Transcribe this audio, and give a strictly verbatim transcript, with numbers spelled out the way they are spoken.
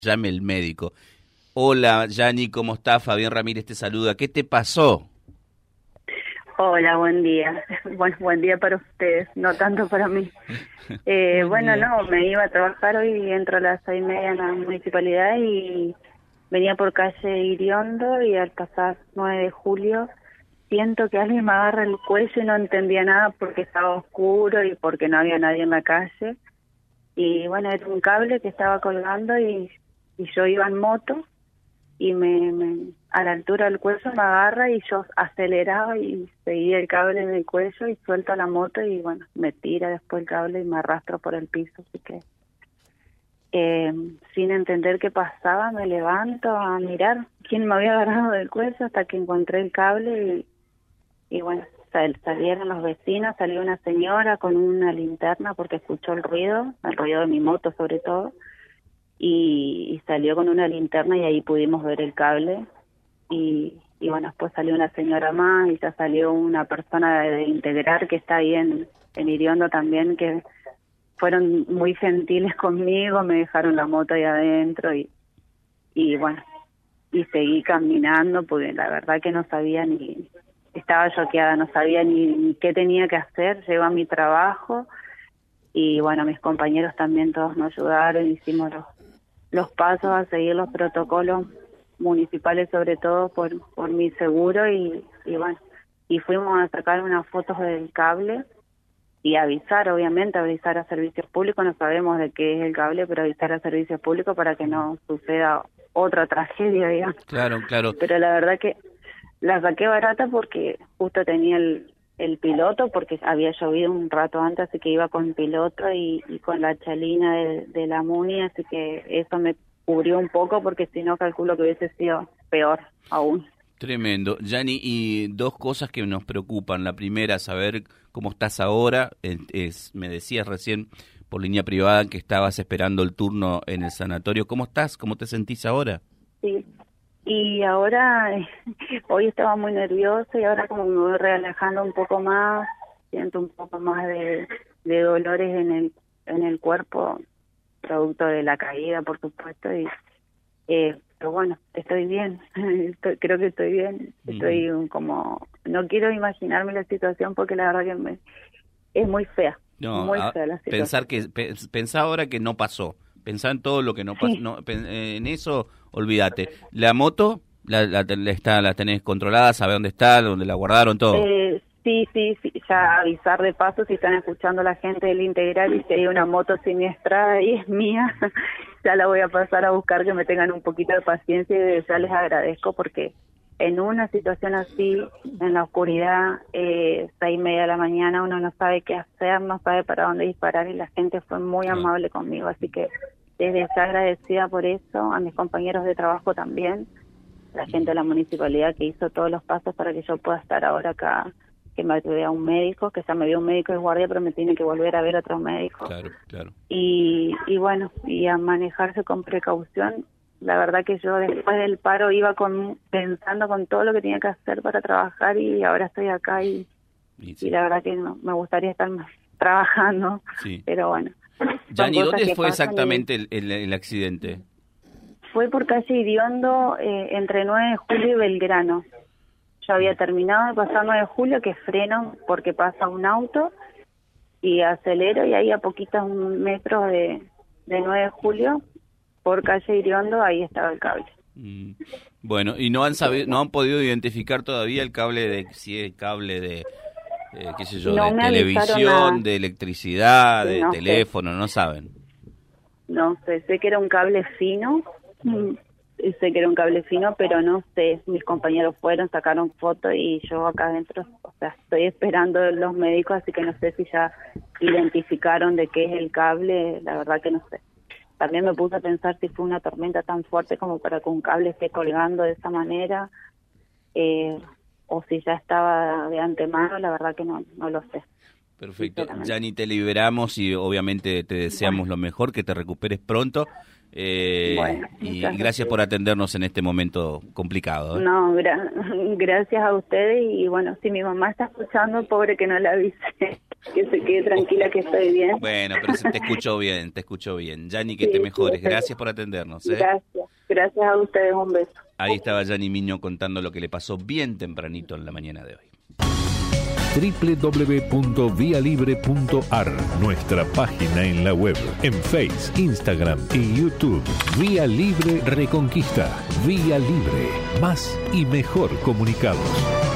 Llame el médico. Hola, Yani, ¿cómo estás? Fabián Ramírez te saluda. ¿Qué te pasó? Hola, buen día. Bueno, buen día para ustedes, no tanto para mí. Eh, bueno, día. no, me iba a trabajar hoy, entro a las seis y media en la municipalidad y venía por calle Iriondo y al pasar nueve de julio siento que alguien me agarra el cuello y no entendía nada porque estaba oscuro y porque no había nadie en la calle. Y bueno, era un cable que estaba colgando y, y yo iba en moto y me, me a la altura del cuello me agarra y yo aceleraba y seguía el cable del cuello y suelto la moto y bueno, me tira después el cable y me arrastro por el piso, así que eh, sin entender qué pasaba me levanto a mirar quién me había agarrado del cuello hasta que encontré el cable y, y bueno, sal, salieron los vecinos, salió una señora con una linterna porque escuchó el ruido, el ruido de mi moto sobre todo, y, y salió con una linterna y ahí pudimos ver el cable y, y bueno, después salió una señora más y ya salió una persona de, de Integrar que está ahí en, en Iriondo también, que fueron muy gentiles conmigo, me dejaron la moto ahí adentro y, y bueno, y seguí caminando porque la verdad que no sabía ni, estaba choqueada, no sabía ni, ni qué tenía que hacer, llego a mi trabajo y bueno, mis compañeros también todos nos ayudaron, hicimos los los pasos a seguir los protocolos municipales, sobre todo por por mi seguro y, y bueno, y fuimos a sacar unas fotos del cable y avisar, obviamente, avisar a servicios públicos, no sabemos de qué es el cable, pero avisar a servicios públicos para que no suceda otra tragedia, digamos. Claro, claro. Pero la verdad que la saqué barata porque justo tenía el el piloto, porque había llovido un rato antes, así que iba con piloto y, y con la chalina de, de la Muni, así que eso me cubrió un poco, porque si no calculo que hubiese sido peor aún. Tremendo. Yani, y dos cosas que nos preocupan. La primera, saber cómo estás ahora. Es, es, me decías recién por línea privada que estabas esperando el turno en el sanatorio. ¿Cómo estás? ¿Cómo te sentís ahora? Sí, y ahora, eh, hoy estaba muy nerviosa y ahora como me voy relajando un poco más, siento un poco más de, de dolores en el en el cuerpo, producto de la caída, por supuesto, y eh, pero bueno, estoy bien, estoy, creo que estoy bien, estoy mm. como, no quiero imaginarme la situación porque la verdad que me, es muy fea, no, muy a, fea la situación. Pensar que, pe, pensá ahora que no pasó. Pensá en todo lo que no pasó, sí. no, en eso olvídate. ¿La moto la, la, la, está, la tenés controlada? ¿Sabés dónde está? ¿Dónde la guardaron? Todo. Eh, sí, sí, sí, ya avisar de paso si están escuchando la gente del Integral y si hay una moto siniestrada y es mía, ya la voy a pasar a buscar, que me tengan un poquito de paciencia y ya les agradezco porque en una situación así, en la oscuridad, eh, seis y media de la mañana, uno no sabe qué hacer, no sabe para dónde disparar y la gente fue muy claro. amable conmigo, así que desde ya agradecida por eso, a mis compañeros de trabajo también, la gente de la municipalidad que hizo todos los pasos para que yo pueda estar ahora acá, que me vea un médico, que ya me vio un médico de guardia, pero me tiene que volver a ver otro médico. Claro, claro. Y, y bueno, y a manejarse con precaución. La verdad que yo después del paro iba con pensando con todo lo que tenía que hacer para trabajar y ahora estoy acá y, y, sí. y la verdad que no, me gustaría estar más trabajando, sí. pero bueno. Yani, ¿dónde fue exactamente el, el, el accidente? Fue por calle Iriondo, eh, entre nueve de julio y Belgrano. Yo había terminado de pasar nueve de julio, que freno porque pasa un auto y acelero y ahí a poquitos metros de, de nueve de julio, por calle Iriondo, ahí estaba el cable. Mm. Bueno, y no han sabido, no han podido identificar todavía el cable de, si es cable de, eh, qué sé yo, no de televisión, de electricidad, de no teléfono, sé. No saben. No sé, sé que era un cable fino. Mm. Sé que era un cable fino, pero no sé, mis compañeros fueron, sacaron fotos y yo acá adentro, o sea, estoy esperando los médicos, así que no sé si ya identificaron de qué es el cable, la verdad que no sé. También me puse a pensar si fue una tormenta tan fuerte como para que un cable esté colgando de esa manera, eh, o si ya estaba de antemano, la verdad que no, no lo sé. Perfecto, Yani, te liberamos y obviamente te deseamos bueno. lo mejor, que te recuperes pronto. Eh, bueno, y gracias. gracias por atendernos en este momento complicado. ¿eh? No, gra gracias a ustedes y bueno, si mi mamá está escuchando, pobre que no la avise. que se quede tranquila que estoy bien. Bueno, pero se te escuchó bien, te escuchó bien. Yani, que Sí, te mejores. sí, Gracias por atendernos. ¿eh? Gracias, gracias a ustedes, un beso. Ahí estaba Yani Miño contando lo que le pasó bien tempranito en la mañana de hoy. doble u doble u doble u punto vía libre punto a r, nuestra página en la web, en Facebook, Instagram y YouTube. Vía Libre Reconquista. Vía Libre. Más y mejor comunicados.